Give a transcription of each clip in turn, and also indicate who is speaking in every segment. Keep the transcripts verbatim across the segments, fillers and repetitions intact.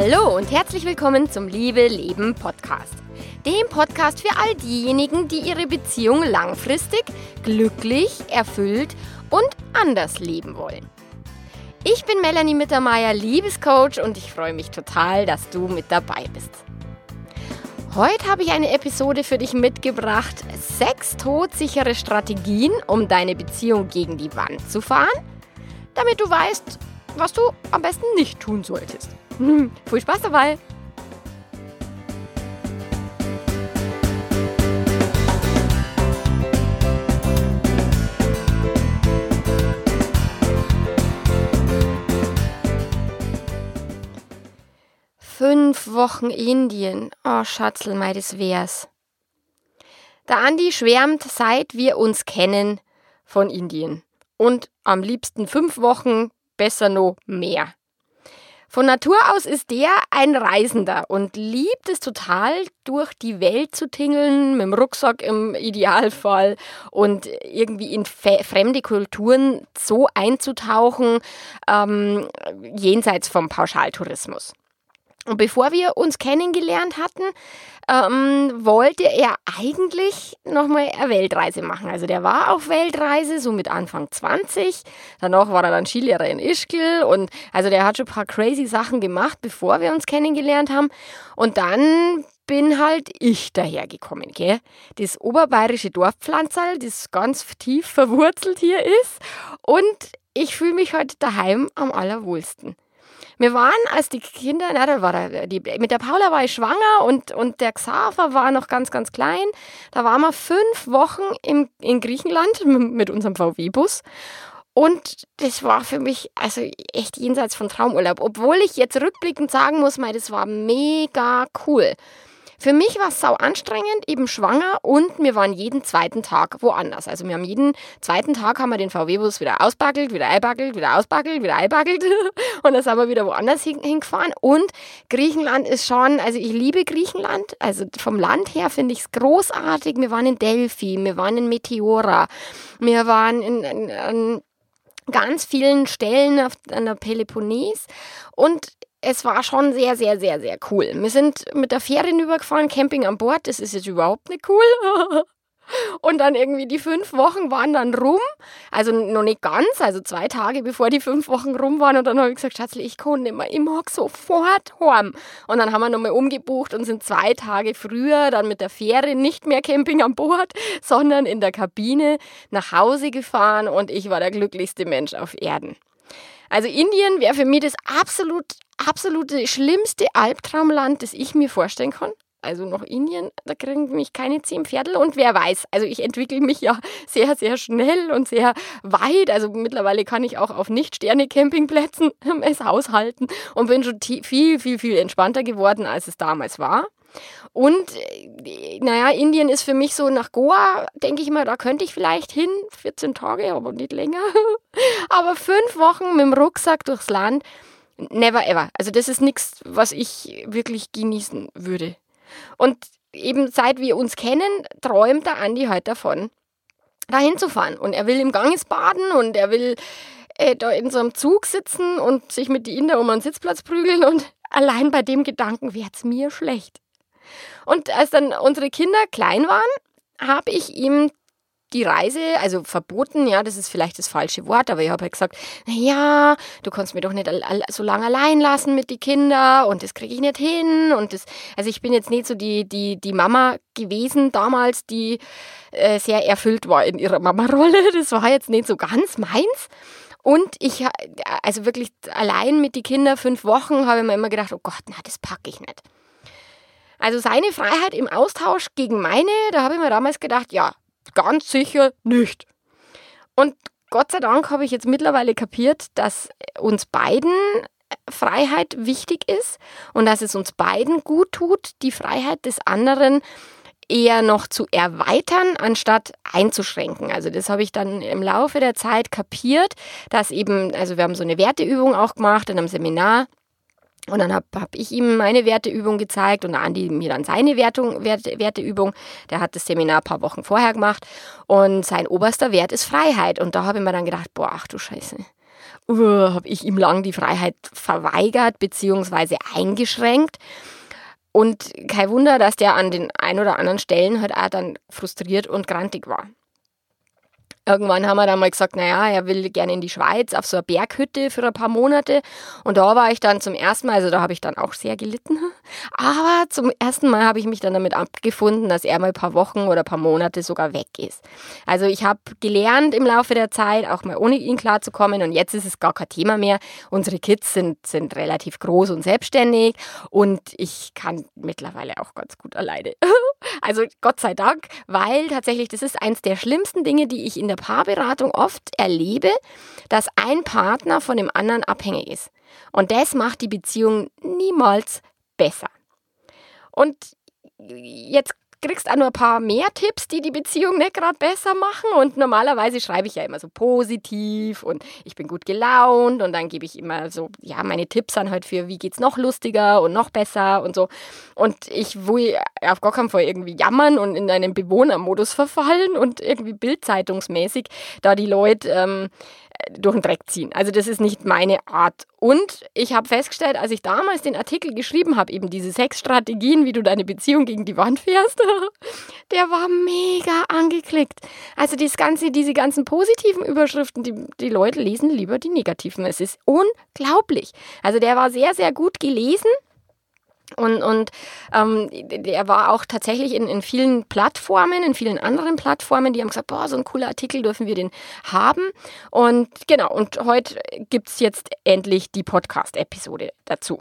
Speaker 1: Hallo und herzlich willkommen zum Liebe Leben Podcast. Dem Podcast für all diejenigen, die ihre Beziehung langfristig, glücklich, erfüllt und anders leben wollen. Ich bin Melanie Mittermeier, Liebescoach, und ich freue mich total, dass du mit dabei bist. Heute habe ich eine Episode für dich mitgebracht: Sechs todsichere Strategien, um deine Beziehung gegen die Wand zu fahren, damit du weißt, was du am besten nicht tun solltest. Hm, viel Spaß dabei! Fünf Wochen Indien. Oh, Schatzl, mei, das wär's. Der Andi schwärmt, seit wir uns kennen, von Indien. Und am liebsten fünf Wochen, besser noch mehr. Von Natur aus ist der ein Reisender und liebt es total, durch die Welt zu tingeln, mit dem Rucksack im Idealfall, und irgendwie in fe- fremde Kulturen so einzutauchen, ähm, jenseits vom Pauschaltourismus. Und bevor wir uns kennengelernt hatten, ähm, wollte er eigentlich nochmal eine Weltreise machen. Also der war auf Weltreise, so mit Anfang zwanzig. Danach war er dann Skilehrer in Ischgl. Und also der hat schon ein paar crazy Sachen gemacht, bevor wir uns kennengelernt haben. Und dann bin halt ich dahergekommen, gell? Das oberbayerische Dorfpflanzerl, das ganz tief verwurzelt hier ist. Und ich fühle mich heute daheim am allerwohlsten. Wir waren, als die Kinder, na, da war er, die, mit der Paula war ich schwanger und, und der Xaver war noch ganz, ganz klein. Da waren wir fünf Wochen im, in Griechenland mit unserem V W-Bus. Und das war für mich also echt jenseits von Traumurlaub. Obwohl ich jetzt rückblickend sagen muss, mei, das war mega cool. Für mich war es sau anstrengend, eben schwanger, und wir waren jeden zweiten Tag woanders. Also wir haben jeden zweiten Tag haben wir den V W-Bus wieder ausbaggelt, wieder einbaggelt, wieder ausbaggelt, wieder einbaggelt und dann sind wir wieder woanders hin, hingefahren. Und Griechenland ist schon, also ich liebe Griechenland, also vom Land her finde ich es großartig. Wir waren in Delphi, wir waren in Meteora, wir waren in, in, in ganz vielen Stellen auf, an der Peloponnes, und es war schon sehr, sehr, sehr, sehr cool. Wir sind mit der Fähre rübergefahren, Camping an Bord, das ist jetzt überhaupt nicht cool. Und dann irgendwie die fünf Wochen waren dann rum, also noch nicht ganz, also zwei Tage bevor die fünf Wochen rum waren. Und dann habe ich gesagt, Schatzli, ich kann nicht mehr, ich mag sofort heim. Und dann haben wir nochmal umgebucht und sind zwei Tage früher dann mit der Fähre nicht mehr Camping an Bord, sondern in der Kabine nach Hause gefahren, und ich war der glücklichste Mensch auf Erden. Also Indien wäre für mich das absolut, absolute schlimmste Albtraumland, das ich mir vorstellen kann. Also nach Indien, da kriegen mich keine zehn Pferdl, und wer weiß, also ich entwickle mich ja sehr, sehr schnell und sehr weit. Also mittlerweile kann ich auch auf Nicht-Sterne-Campingplätzen es aushalten und bin schon t- viel, viel, viel entspannter geworden, als es damals war. Und naja, Indien ist für mich so, nach Goa, denke ich mal, da könnte ich vielleicht hin, vierzehn Tage, aber nicht länger. Aber fünf Wochen mit dem Rucksack durchs Land, never ever. Also das ist nichts, was ich wirklich genießen würde. Und eben seit wir uns kennen, träumt der Andi halt davon, da hinzufahren. Und er will im Ganges baden, und er will äh, da in so einem Zug sitzen und sich mit die Inder um einen Sitzplatz prügeln, und allein bei dem Gedanken wäre es mir schlecht. Und als dann unsere Kinder klein waren, habe ich ihm die Reise, also verboten, ja, das ist vielleicht das falsche Wort, aber ich habe halt gesagt, naja, du kannst mich doch nicht so lange allein lassen mit den Kindern, und das kriege ich nicht hin. Und das, also ich bin jetzt nicht so die, die, die Mama gewesen damals, die äh, sehr erfüllt war in ihrer Mama-Rolle. Das war jetzt nicht so ganz meins. Und ich, also wirklich allein mit den Kindern fünf Wochen, habe ich mir immer gedacht, oh Gott, na, das packe ich nicht. Also seine Freiheit im Austausch gegen meine, da habe ich mir damals gedacht, ja, ganz sicher nicht. Und Gott sei Dank habe ich jetzt mittlerweile kapiert, dass uns beiden Freiheit wichtig ist und dass es uns beiden gut tut, die Freiheit des anderen eher noch zu erweitern, anstatt einzuschränken. Also das habe ich dann im Laufe der Zeit kapiert, dass eben, also wir haben so eine Werteübung auch gemacht in einem Seminar. Und dann habe hab ich ihm meine Werteübung gezeigt und Andi mir dann seine Wertung, Werte, Werteübung. Der hat das Seminar ein paar Wochen vorher gemacht und sein oberster Wert ist Freiheit. Und da habe ich mir dann gedacht, boah, ach du Scheiße. uh, habe ich ihm lang die Freiheit verweigert bzw. eingeschränkt. Und kein Wunder, dass der an den ein oder anderen Stellen halt auch dann frustriert und grantig war. Irgendwann haben wir dann mal gesagt, naja, er will gerne in die Schweiz auf so eine Berghütte für ein paar Monate. Und da war ich dann zum ersten Mal, also da habe ich dann auch sehr gelitten. Aber zum ersten Mal habe ich mich dann damit abgefunden, dass er mal ein paar Wochen oder ein paar Monate sogar weg ist. Also ich habe gelernt im Laufe der Zeit, auch mal ohne ihn klarzukommen. Und jetzt ist es gar kein Thema mehr. Unsere Kids sind, sind relativ groß und selbstständig. Und ich kann mittlerweile auch ganz gut alleine. Also Gott sei Dank, weil tatsächlich, das ist eins der schlimmsten Dinge, die ich in der Paarberatung oft erlebe, dass ein Partner von dem anderen abhängig ist. Und das macht die Beziehung niemals besser. Und jetzt kriegst du auch nur ein paar mehr Tipps, die die Beziehung nicht gerade besser machen. Und normalerweise schreibe ich ja immer so positiv und ich bin gut gelaunt und dann gebe ich immer so, ja, meine Tipps an halt für, wie geht's noch lustiger und noch besser und so. Und ich will auf gar keinen Fall irgendwie jammern und in einen Bewohnermodus verfallen und irgendwie bildzeitungsmäßig da die Leute ähm, durch den Dreck ziehen. Also das ist nicht meine Art. Und ich habe festgestellt, als ich damals den Artikel geschrieben habe, eben diese sechs Strategien, wie du deine Beziehung gegen die Wand fährst, der war mega angeklickt. Also das ganze, diese ganzen positiven Überschriften, die, die Leute lesen lieber die negativen. Es ist unglaublich. Also der war sehr, sehr gut gelesen. Und, und ähm, der war auch tatsächlich in, in vielen Plattformen, in vielen anderen Plattformen, die haben gesagt, boah, so ein cooler Artikel, dürfen wir den haben. Und genau, und heute gibt's jetzt endlich die Podcast-Episode dazu.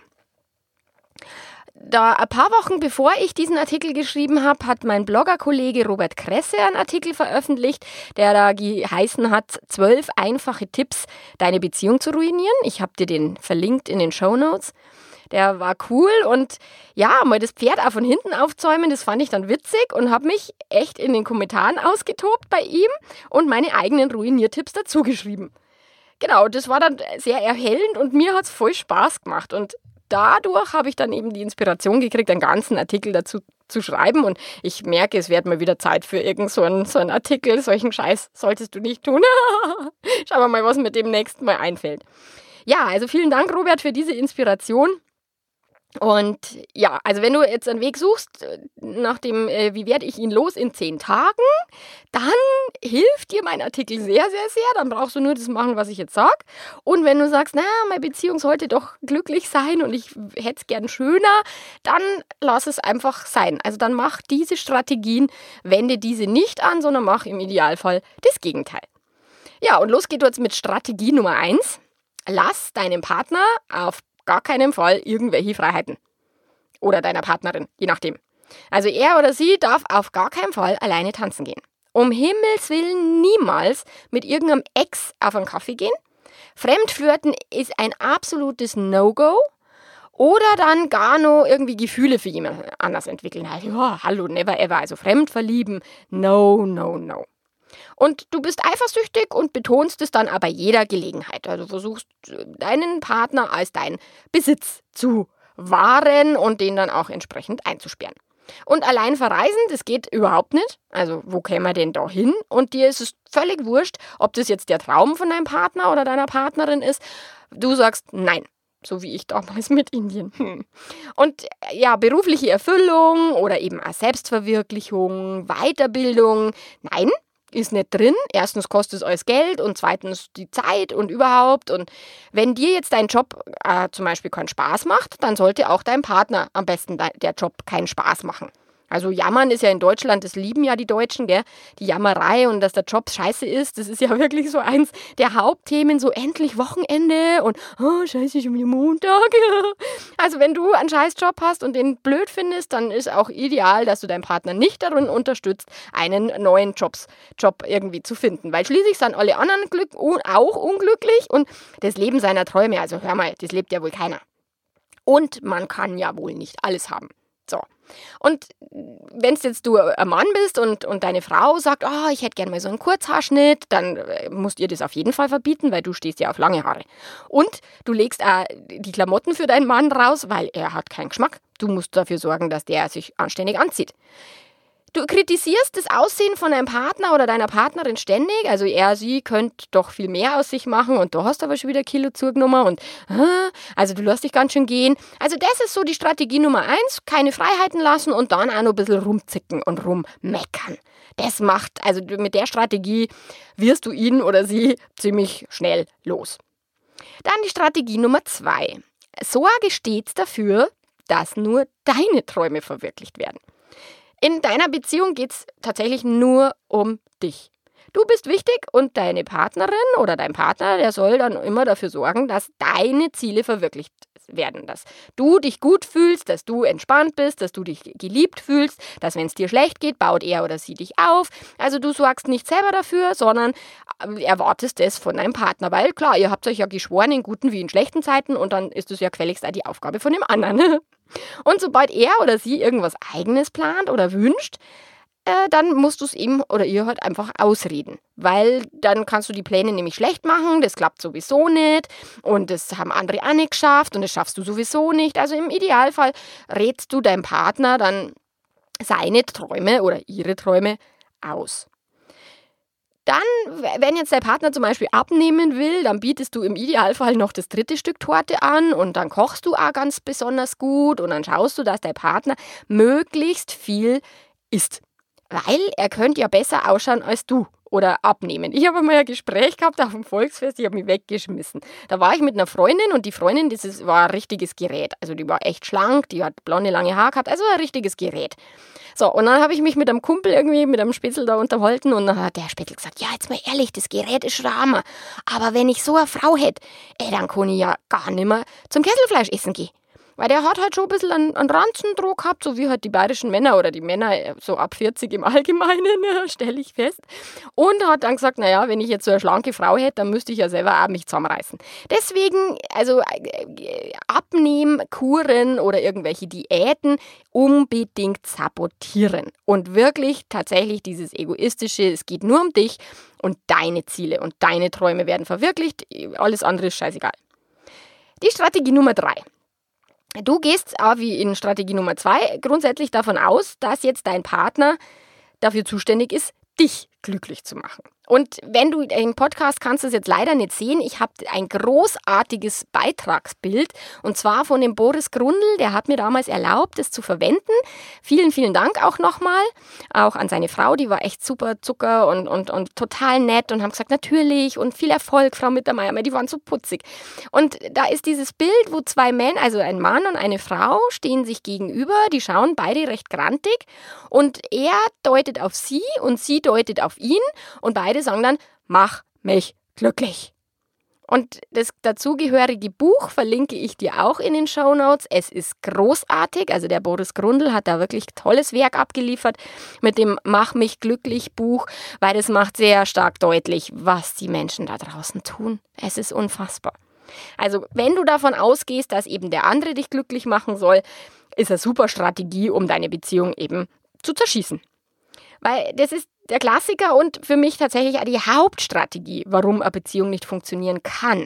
Speaker 1: Da ein paar Wochen bevor ich diesen Artikel geschrieben habe, hat mein Bloggerkollege Robert Kresse einen Artikel veröffentlicht, der da geheißen hat, zwölf einfache Tipps, deine Beziehung zu ruinieren. Ich habe dir den verlinkt in den Shownotes. Der war cool und ja, mal das Pferd auch von hinten aufzäumen, das fand ich dann witzig und habe mich echt in den Kommentaren ausgetobt bei ihm und meine eigenen Ruiniertipps dazu geschrieben. Genau, das war dann sehr erhellend und mir hat es voll Spaß gemacht und dadurch habe ich dann eben die Inspiration gekriegt, einen ganzen Artikel dazu zu schreiben und ich merke, es wird mal wieder Zeit für irgend so einen, so einen Artikel, solchen Scheiß solltest du nicht tun. Schauen wir mal, was mir demnächst mal einfällt. Ja, also vielen Dank, Robert, für diese Inspiration. Und ja, also wenn du jetzt einen Weg suchst, nach dem, äh, wie werde ich ihn los in zehn Tagen, dann hilft dir mein Artikel sehr, sehr, sehr. Dann brauchst du nur das machen, was ich jetzt sage. Und wenn du sagst, na, meine Beziehung sollte doch glücklich sein und ich hätte es gern schöner, dann lass es einfach sein. Also dann mach diese Strategien, wende diese nicht an, sondern mach im Idealfall das Gegenteil. Ja, und los geht jetzt mit Strategie Nummer eins. Lass deinem Partner auf gar keinen Fall irgendwelche Freiheiten. Oder deiner Partnerin, je nachdem. Also er oder sie darf auf gar keinen Fall alleine tanzen gehen. Um Himmels Willen niemals mit irgendeinem Ex auf einen Kaffee gehen. Fremdflirten ist ein absolutes No-Go. Oder dann gar noch irgendwie Gefühle für jemand anders entwickeln. Ja, hallo, never ever. Also fremdverlieben, no, no, no. Und du bist eifersüchtig und betonst es dann aber bei jeder Gelegenheit. Also versuchst deinen Partner als deinen Besitz zu wahren und den dann auch entsprechend einzusperren. Und allein verreisen, das geht überhaupt nicht. Also wo kämen wir denn da hin? Und dir ist es völlig wurscht, ob das jetzt der Traum von deinem Partner oder deiner Partnerin ist. Du sagst nein. So wie ich damals mit Indien. Hm. Und ja, berufliche Erfüllung oder eben auch Selbstverwirklichung, Weiterbildung. Nein, ist nicht drin. Erstens kostet es alles Geld und zweitens die Zeit und überhaupt. Und wenn dir jetzt dein Job äh, zum Beispiel keinen Spaß macht, dann sollte auch deinem Partner am besten de- der Job keinen Spaß machen. Also jammern ist ja in Deutschland, das lieben ja die Deutschen, gell? Die Jammerei und dass der Job scheiße ist, das ist ja wirklich so eins der Hauptthemen, so endlich Wochenende und oh, scheiße, schon wieder Montag. Also wenn du einen scheiß Job hast und den blöd findest, dann ist auch ideal, dass du deinen Partner nicht darin unterstützt, einen neuen Jobs, Job irgendwie zu finden. Weil schließlich sind alle anderen Glück, auch unglücklich und das Leben seiner Träume, also hör mal, das lebt ja wohl keiner. Und man kann ja wohl nicht alles haben. So. Und wenn jetzt du ein Mann bist und, und deine Frau sagt, oh, ich hätte gerne mal so einen Kurzhaarschnitt, dann musst ihr das auf jeden Fall verbieten, weil du stehst ja auf lange Haare. Und du legst auch die Klamotten für deinen Mann raus, weil er hat keinen Geschmack. Du musst dafür sorgen, dass der sich anständig anzieht. Du kritisierst das Aussehen von deinem Partner oder deiner Partnerin ständig, also er, sie könnte doch viel mehr aus sich machen und du hast aber schon wieder Kilo zugenommen und also du lässt dich ganz schön gehen. Also das ist so die Strategie Nummer eins, keine Freiheiten lassen und dann auch noch ein bisschen rumzicken und rummeckern. Das macht, also mit der Strategie wirst du ihn oder sie ziemlich schnell los. Dann die Strategie Nummer zwei. Sorge stets dafür, dass nur deine Träume verwirklicht werden. In deiner Beziehung geht es tatsächlich nur um dich. Du bist wichtig und deine Partnerin oder dein Partner, der soll dann immer dafür sorgen, dass deine Ziele verwirklicht werden. Dass du dich gut fühlst, dass du entspannt bist, dass du dich geliebt fühlst, dass wenn es dir schlecht geht, baut er oder sie dich auf. Also du sorgst nicht selber dafür, sondern erwartest es von deinem Partner. Weil klar, ihr habt euch ja geschworen in guten wie in schlechten Zeiten und dann ist es ja gefälligst auch die Aufgabe von dem anderen. Und sobald er oder sie irgendwas Eigenes plant oder wünscht, äh, dann musst du es ihm oder ihr halt einfach ausreden. Weil dann kannst du die Pläne nämlich schlecht machen, das klappt sowieso nicht und das haben andere auch nicht geschafft und das schaffst du sowieso nicht. Also im Idealfall rätst du deinem Partner dann seine Träume oder ihre Träume aus. Dann, wenn jetzt der Partner zum Beispiel abnehmen will, dann bietest du im Idealfall noch das dritte Stück Torte an und dann kochst du auch ganz besonders gut und dann schaust du, dass der Partner möglichst viel isst. Weil er könnte ja besser ausschauen als du oder abnehmen. Ich habe einmal ein Gespräch gehabt auf dem Volksfest, ich habe mich weggeschmissen. Da war ich mit einer Freundin und die Freundin, das war ein richtiges Gerät. Also die war echt schlank, die hat blonde, lange Haare gehabt, also ein richtiges Gerät. So, und dann habe ich mich mit einem Kumpel irgendwie, mit einem Spätzl da unterhalten und dann hat der Spätzl gesagt, ja, jetzt mal ehrlich, das Gerät ist Schrammer. Aber wenn ich so eine Frau hätte, ey, dann kann ich ja gar nicht mehr zum Kesselfleisch essen gehen. Weil der hat halt schon ein bisschen einen, einen Ranzendruck gehabt, so wie halt die bayerischen Männer oder die Männer so ab vierzig im Allgemeinen, stelle ich fest. Und hat dann gesagt, naja, wenn ich jetzt so eine schlanke Frau hätte, dann müsste ich ja selber auch mich zusammenreißen. Deswegen, also Abnehmkuren oder irgendwelche Diäten unbedingt sabotieren. Und wirklich tatsächlich dieses Egoistische, es geht nur um dich und deine Ziele und deine Träume werden verwirklicht. Alles andere ist scheißegal. Die Strategie Nummer drei. Du gehst auch wie in Strategie Nummer zwei grundsätzlich davon aus, dass jetzt dein Partner dafür zuständig ist, dich glücklich zu machen. Und wenn du im Podcast kannst du es jetzt leider nicht sehen, ich habe ein großartiges Beitragsbild und zwar von dem Boris Grundl, der hat mir damals erlaubt, es zu verwenden. Vielen, vielen Dank auch nochmal, auch an seine Frau, die war echt super Zucker und, und, und total nett und haben gesagt, natürlich und viel Erfolg, Frau Mittermeier, die waren so putzig. Und da ist dieses Bild, wo zwei Männer, also ein Mann und eine Frau, stehen sich gegenüber, die schauen beide recht grantig und er deutet auf sie und sie deutet auf ihn und beide sagen dann, mach mich glücklich. Und das dazugehörige Buch verlinke ich dir auch in den Shownotes. Es ist großartig, also der Boris Grundl hat da wirklich tolles Werk abgeliefert mit dem Mach mich glücklich Buch, weil das macht sehr stark deutlich, was die Menschen da draußen tun. Es ist unfassbar. Also wenn du davon ausgehst, dass eben der andere dich glücklich machen soll, ist eine super Strategie, um deine Beziehung eben zu zerschießen. Weil das ist der Klassiker und für mich tatsächlich auch die Hauptstrategie, warum eine Beziehung nicht funktionieren kann.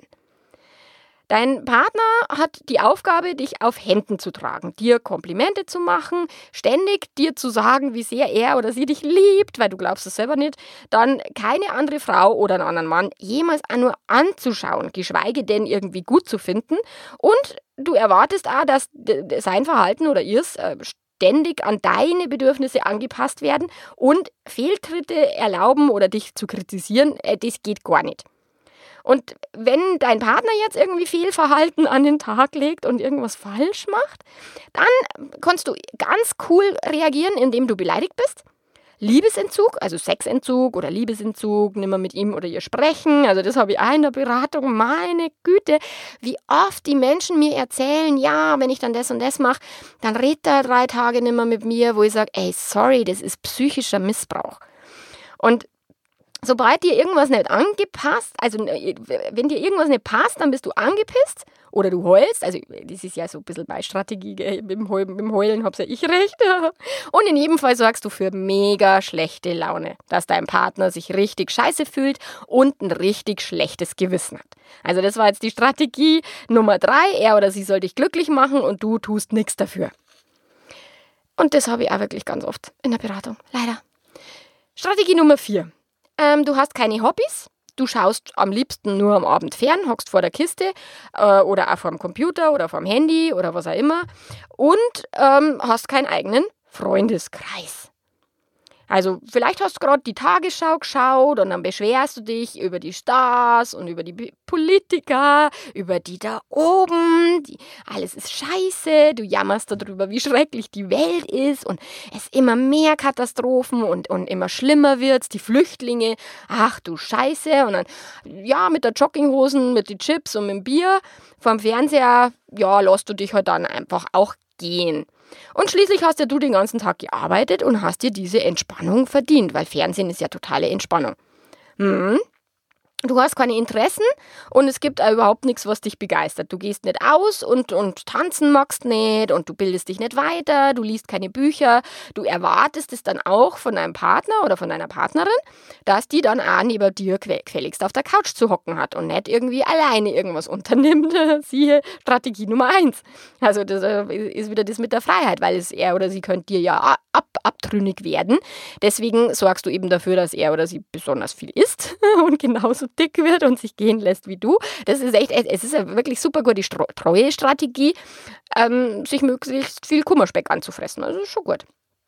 Speaker 1: Dein Partner hat die Aufgabe, dich auf Händen zu tragen, dir Komplimente zu machen, ständig dir zu sagen, wie sehr er oder sie dich liebt, weil du glaubst es selber nicht, dann keine andere Frau oder einen anderen Mann jemals auch nur anzuschauen, geschweige denn irgendwie gut zu finden. Und du erwartest auch, dass sein Verhalten oder ihrs ständig an deine Bedürfnisse angepasst werden und Fehltritte erlauben oder dich zu kritisieren, das geht gar nicht. Und wenn dein Partner jetzt irgendwie Fehlverhalten an den Tag legt und irgendwas falsch macht, dann kannst du ganz cool reagieren, indem du beleidigt bist. Liebesentzug, also Sexentzug oder Liebesentzug, nicht mehr mit ihm oder ihr sprechen. Also das habe ich auch in der Beratung. Meine Güte, wie oft die Menschen mir erzählen, ja, wenn ich dann das und das mache, dann redet er drei Tage nicht mehr mit mir, wo ich sage, ey, sorry, das ist psychischer Missbrauch. Und sobald dir irgendwas nicht angepasst, also wenn dir irgendwas nicht passt, dann bist du angepisst oder du heulst. Also das ist ja so ein bisschen meine Strategie, gell? Mit dem Heulen, mit dem Heulen hab's ja ich recht. Und in jedem Fall sorgst du für mega schlechte Laune, dass dein Partner sich richtig scheiße fühlt und ein richtig schlechtes Gewissen hat. Also das war jetzt die Strategie Nummer drei. Er oder sie soll dich glücklich machen und du tust nichts dafür. Und das habe ich auch wirklich ganz oft in der Beratung, leider. Strategie Nummer vier. Ähm, du hast keine Hobbys. Du schaust am liebsten nur am Abend fern, hockst vor der Kiste äh, oder auch vor dem Computer oder vor dem Handy oder was auch immer und ähm, hast keinen eigenen Freundeskreis. Also vielleicht hast du gerade die Tagesschau geschaut und dann beschwerst du dich über die Stars und über die Politiker, über die da oben, die, alles ist scheiße, du jammerst darüber, wie schrecklich die Welt ist und es immer mehr Katastrophen und, und immer schlimmer wird, die Flüchtlinge, ach du Scheiße und dann, ja, mit der Jogginghosen, mit den Chips und mit dem Bier vorm Fernseher, ja, lässt du dich halt dann einfach auch gehen. Und schließlich hast ja du den ganzen Tag gearbeitet und hast dir diese Entspannung verdient, weil Fernsehen ist ja totale Entspannung. Hm. Du hast keine Interessen und es gibt auch überhaupt nichts, was dich begeistert. Du gehst nicht aus und, und tanzen magst nicht und du bildest dich nicht weiter, du liest keine Bücher. Du erwartest es dann auch von deinem Partner oder von deiner Partnerin, dass die dann auch neben dir gefälligst auf der Couch zu hocken hat und nicht irgendwie alleine irgendwas unternimmt. Siehe Strategie Nummer eins. Also das ist wieder das mit der Freiheit, weil es er oder sie könnte dir ja ab, abtrünnig werden. Deswegen sorgst du eben dafür, dass er oder sie besonders viel isst und genauso dick wird und sich gehen lässt wie du. Das ist echt, es ist eine wirklich super gute treue Strategie, ähm, sich möglichst viel Kummerspeck anzufressen. Also ist schon gut.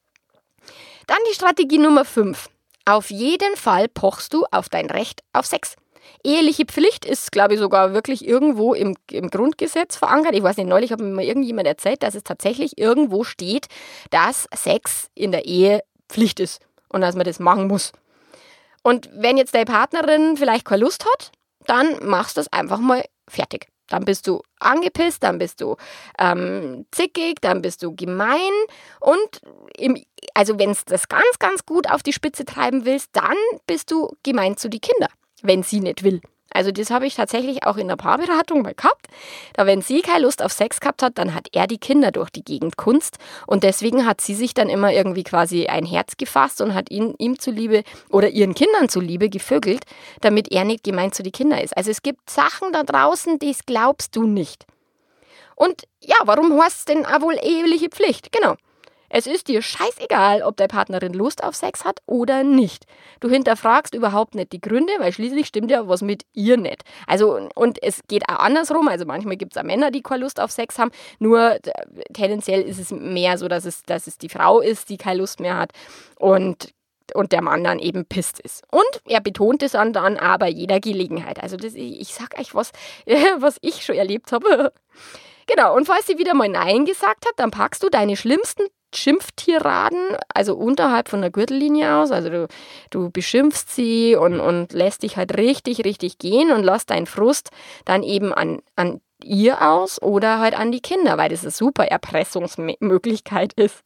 Speaker 1: Dann die Strategie Nummer fünf. Auf jeden Fall pochst du auf dein Recht auf Sex. Eheliche Pflicht ist, glaube ich, sogar wirklich irgendwo im, im Grundgesetz verankert. Ich weiß nicht, neulich hat mir mal irgendjemand erzählt, dass es tatsächlich irgendwo steht, dass Sex in der Ehe Pflicht ist und dass man das machen muss. Und wenn jetzt deine Partnerin vielleicht keine Lust hat, dann machst du das einfach mal fertig. Dann bist du angepisst, dann bist du ähm, zickig, dann bist du gemein. Und im, also wenn du das ganz, ganz gut auf die Spitze treiben willst, dann bist du gemein zu den Kindern, wenn sie nicht will. Also das habe ich tatsächlich auch in der Paarberatung mal gehabt. Da wenn sie keine Lust auf Sex gehabt hat, dann hat er die Kinder durch die Gegend kunst. Und deswegen hat sie sich dann immer irgendwie quasi ein Herz gefasst und hat ihn, ihm zuliebe oder ihren Kindern zuliebe gevögelt, damit er nicht gemein zu den Kindern ist. Also es gibt Sachen da draußen, das glaubst du nicht. Und ja, warum heißt es denn auch wohl eheliche Pflicht? Genau. Es ist dir scheißegal, ob deine Partnerin Lust auf Sex hat oder nicht. Du hinterfragst überhaupt nicht die Gründe, weil schließlich stimmt ja was mit ihr nicht. Also, und es geht auch andersrum. Also manchmal gibt es auch Männer, die keine Lust auf Sex haben. Nur tendenziell ist es mehr so, dass es, dass es die Frau ist, die keine Lust mehr hat und, und der Mann dann eben pisst ist. Und er betont es dann, dann auch bei jeder Gelegenheit. Also das, ich, ich sag euch was, was ich schon erlebt habe. Genau, und falls sie wieder mal Nein gesagt hat, dann packst du deine schlimmsten Schimpftiraden, also unterhalb von der Gürtellinie aus, also du, du beschimpfst sie und, und lässt dich halt richtig, richtig gehen und lässt deinen Frust dann eben an, an ihr aus oder halt an die Kinder, weil das eine super Erpressungsmöglichkeit ist.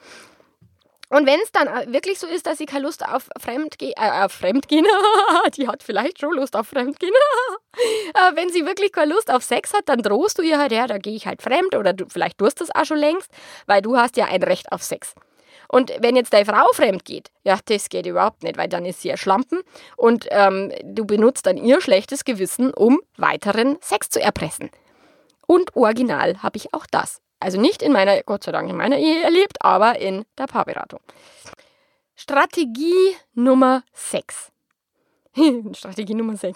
Speaker 1: Und wenn es dann wirklich so ist, dass sie keine Lust auf Fremdgehen, äh, auf Fremdgehen, die hat vielleicht schon Lust auf Fremdgehen, äh, wenn sie wirklich keine Lust auf Sex hat, dann drohst du ihr halt, ja, da gehe ich halt fremd oder du, vielleicht tust du das auch schon längst, weil du hast ja ein Recht auf Sex. Und wenn jetzt deine Frau fremd geht, ja, das geht überhaupt nicht, weil dann ist sie ein Schlampen und ähm, du benutzt dann ihr schlechtes Gewissen, um weiteren Sex zu erpressen. Und original habe ich auch das. Also nicht in meiner, Gott sei Dank in meiner Ehe erlebt, aber in der Paarberatung. Strategie Nummer sechs. Strategie Nummer sechs.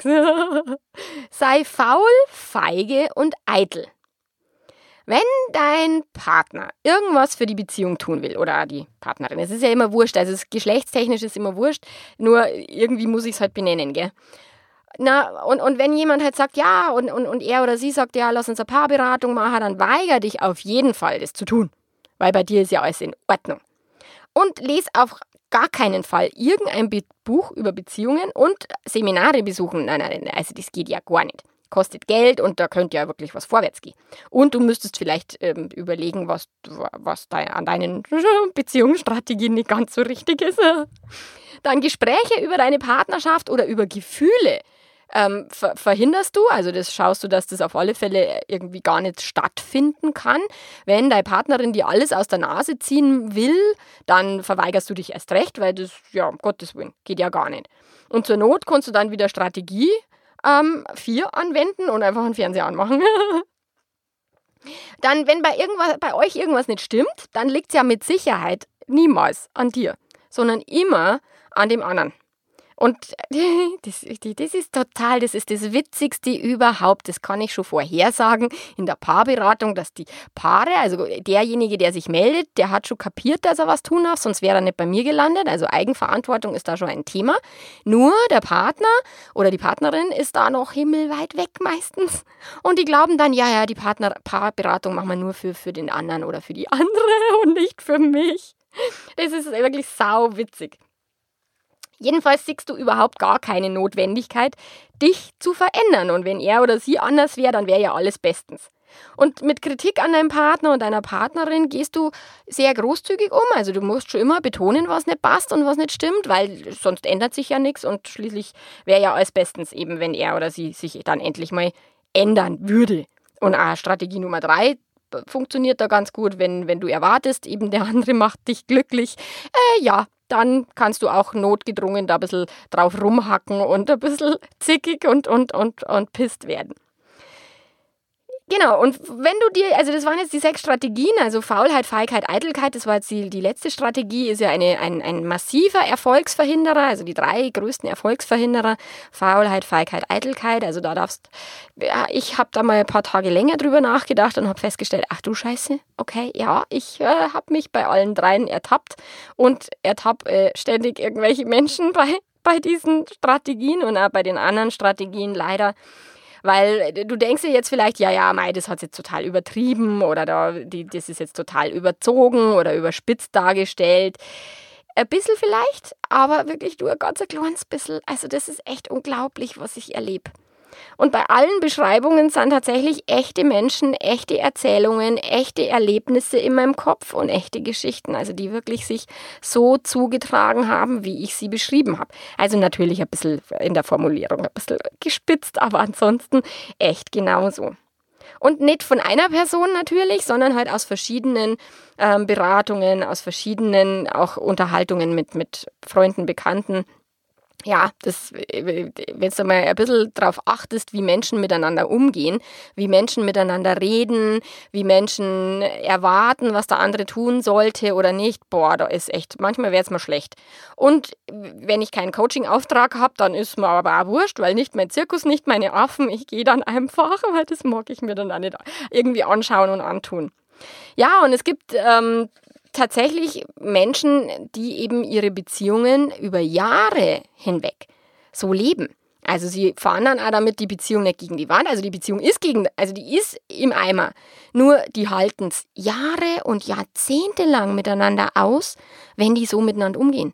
Speaker 1: Sei faul, feige und eitel. Wenn dein Partner irgendwas für die Beziehung tun will, oder die Partnerin, es ist ja immer wurscht, also es, geschlechtstechnisch ist immer wurscht, nur irgendwie muss ich es halt benennen, gell? Na, und, und wenn jemand halt sagt, ja, und, und, und er oder sie sagt, ja, lass uns eine Paarberatung machen, dann weigere dich auf jeden Fall, das zu tun. Weil bei dir ist ja alles in Ordnung. Und lese auf gar keinen Fall irgendein Be- Buch über Beziehungen und Seminare besuchen. Nein, nein, nein, also das geht ja gar nicht. Kostet Geld und da könnte ja wirklich was vorwärts gehen. Und du müsstest vielleicht ähm, überlegen, was, was da an deinen Beziehungsstrategien nicht ganz so richtig ist. Dann Gespräche über deine Partnerschaft oder über Gefühle. Ähm, ver- verhinderst du, also das schaust du, dass das auf alle Fälle irgendwie gar nicht stattfinden kann. Wenn deine Partnerin dir alles aus der Nase ziehen will, dann verweigerst du dich erst recht, weil das, ja, um Gottes Willen, geht ja gar nicht. Und zur Not kannst du dann wieder Strategie ähm, vier anwenden und einfach einen Fernseher anmachen. Dann, wenn bei, irgendwas, bei euch irgendwas nicht stimmt, dann liegt es ja mit Sicherheit niemals an dir, sondern immer an dem anderen. Und das, das ist total, das ist das Witzigste überhaupt. Das kann ich schon vorhersagen in der Paarberatung, dass die Paare, also derjenige, der sich meldet, der hat schon kapiert, dass er was tun darf, sonst wäre er nicht bei mir gelandet. Also Eigenverantwortung ist da schon ein Thema. Nur der Partner oder die Partnerin ist da noch himmelweit weg meistens. Und die glauben dann, ja, ja, die Partner, Paarberatung machen wir nur für, für den anderen oder für die andere und nicht für mich. Das ist wirklich sau witzig. Jedenfalls siehst du überhaupt gar keine Notwendigkeit, dich zu verändern. Und wenn er oder sie anders wäre, dann wäre ja alles bestens. Und mit Kritik an deinem Partner und deiner Partnerin gehst du sehr großzügig um. Also du musst schon immer betonen, was nicht passt und was nicht stimmt, weil sonst ändert sich ja nichts. Und schließlich wäre ja alles bestens, eben wenn er oder sie sich dann endlich mal ändern würde. Und auch Strategie Nummer drei funktioniert da ganz gut, wenn, wenn du erwartest, eben der andere macht dich glücklich. Äh, ja, dann kannst du auch notgedrungen da ein bisschen drauf rumhacken und ein bisschen zickig und, und, und, und pisst werden. Genau, und wenn du dir, also das waren jetzt die sechs Strategien, also Faulheit, Feigheit, Eitelkeit, das war jetzt die, die letzte Strategie, ist ja eine, ein, ein massiver Erfolgsverhinderer, also die drei größten Erfolgsverhinderer, Faulheit, Feigheit, Eitelkeit, also da darfst, ja, ich habe da mal ein paar Tage länger drüber nachgedacht und habe festgestellt, ach du Scheiße, okay, ja, ich äh, habe mich bei allen dreien ertappt und ertappe äh, ständig irgendwelche Menschen bei, bei diesen Strategien und auch bei den anderen Strategien leider. Weil du denkst dir jetzt vielleicht, ja, ja, mei, das hat jetzt total übertrieben oder da, die, das ist jetzt total überzogen oder überspitzt dargestellt. Ein bisschen vielleicht, aber wirklich nur ein ganz kleines bisschen. Also das ist echt unglaublich, was ich erlebe. Und bei allen Beschreibungen sind tatsächlich echte Menschen, echte Erzählungen, echte Erlebnisse in meinem Kopf und echte Geschichten, also die wirklich sich so zugetragen haben, wie ich sie beschrieben habe. Also natürlich ein bisschen in der Formulierung, ein bisschen gespitzt, aber ansonsten echt genauso. Und nicht von einer Person natürlich, sondern halt aus verschiedenen ähm, Beratungen, aus verschiedenen auch Unterhaltungen mit, mit Freunden, Bekannten. Ja, das, wenn du mal ein bisschen darauf achtest, wie Menschen miteinander umgehen, wie Menschen miteinander reden, wie Menschen erwarten, was der andere tun sollte oder nicht, boah, da ist echt, manchmal wäre es mal schlecht. Und wenn ich keinen Coaching-Auftrag habe, dann ist mir aber auch wurscht, weil nicht mein Zirkus, nicht meine Affen, ich gehe dann einfach, weil das mag ich mir dann auch nicht irgendwie anschauen und antun. Ja, und es gibt ähm, tatsächlich Menschen, die eben ihre Beziehungen über Jahre hinweg so leben. Also sie fahren dann auch damit die Beziehung nicht gegen die Wand. Also die Beziehung ist gegen, also die ist im Eimer. Nur die halten es Jahre und Jahrzehnte lang miteinander aus, wenn die so miteinander umgehen.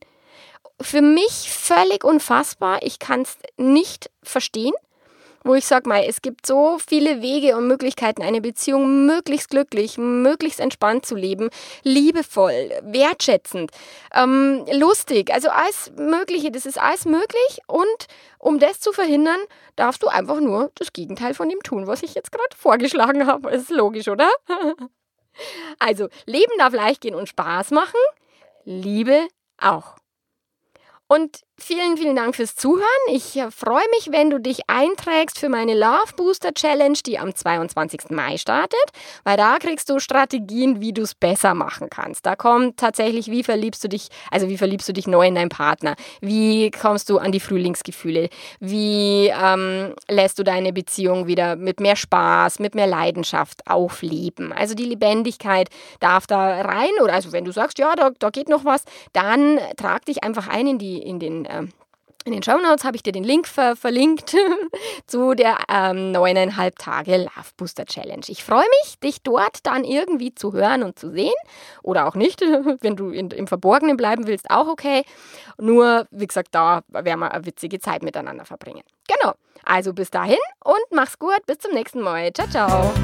Speaker 1: Für mich völlig unfassbar. Ich kann es nicht verstehen. Wo ich sage, es gibt so viele Wege und Möglichkeiten, eine Beziehung möglichst glücklich, möglichst entspannt zu leben, liebevoll, wertschätzend, ähm, lustig, also alles Mögliche, das ist alles möglich und um das zu verhindern, darfst du einfach nur das Gegenteil von dem tun, was ich jetzt gerade vorgeschlagen habe. Das ist logisch, oder? Also, Leben darf leicht gehen und Spaß machen, Liebe auch. Und vielen, vielen Dank fürs Zuhören. Ich freue mich, wenn du dich einträgst für meine Love Booster Challenge, die am zweiundzwanzigsten Mai startet, weil da kriegst du Strategien, wie du es besser machen kannst. Da kommt tatsächlich, wie verliebst du dich, also wie verliebst du dich neu in deinen Partner? Wie kommst du an die Frühlingsgefühle? Wie ähm, lässt du deine Beziehung wieder mit mehr Spaß, mit mehr Leidenschaft aufleben? Also die Lebendigkeit darf da rein, oder also wenn du sagst, ja, da, da geht noch was, dann trag dich einfach ein in die in den In den Shownotes habe ich dir den Link ver- verlinkt zu der ähm, neuneinhalb Tage Love Booster Challenge. Ich freue mich, dich dort dann irgendwie zu hören und zu sehen. Oder auch nicht, wenn du in, im Verborgenen bleiben willst, auch okay. Nur, wie gesagt, da werden wir eine witzige Zeit miteinander verbringen. Genau, also bis dahin und mach's gut. Bis zum nächsten Mal. Ciao, ciao.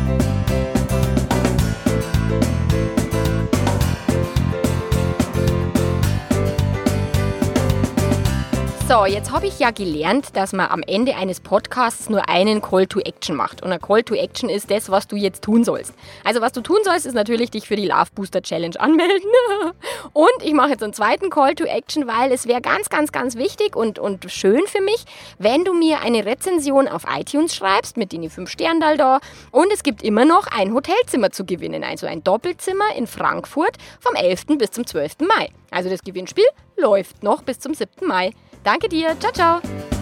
Speaker 1: So, jetzt habe ich ja gelernt, dass man am Ende eines Podcasts nur einen Call to Action macht. Und ein Call to Action ist das, was du jetzt tun sollst. Also was du tun sollst, ist natürlich dich für die Love Booster Challenge anmelden. Und ich mache jetzt einen zweiten Call to Action, weil es wäre ganz, ganz, ganz wichtig und, und schön für mich, wenn du mir eine Rezension auf iTunes schreibst mit den fünf Sternen da. Und es gibt immer noch ein Hotelzimmer zu gewinnen, also ein Doppelzimmer in Frankfurt vom elften bis zum zwölften Mai. Also das Gewinnspiel läuft noch bis zum siebten Mai. Danke dir. Ciao, ciao.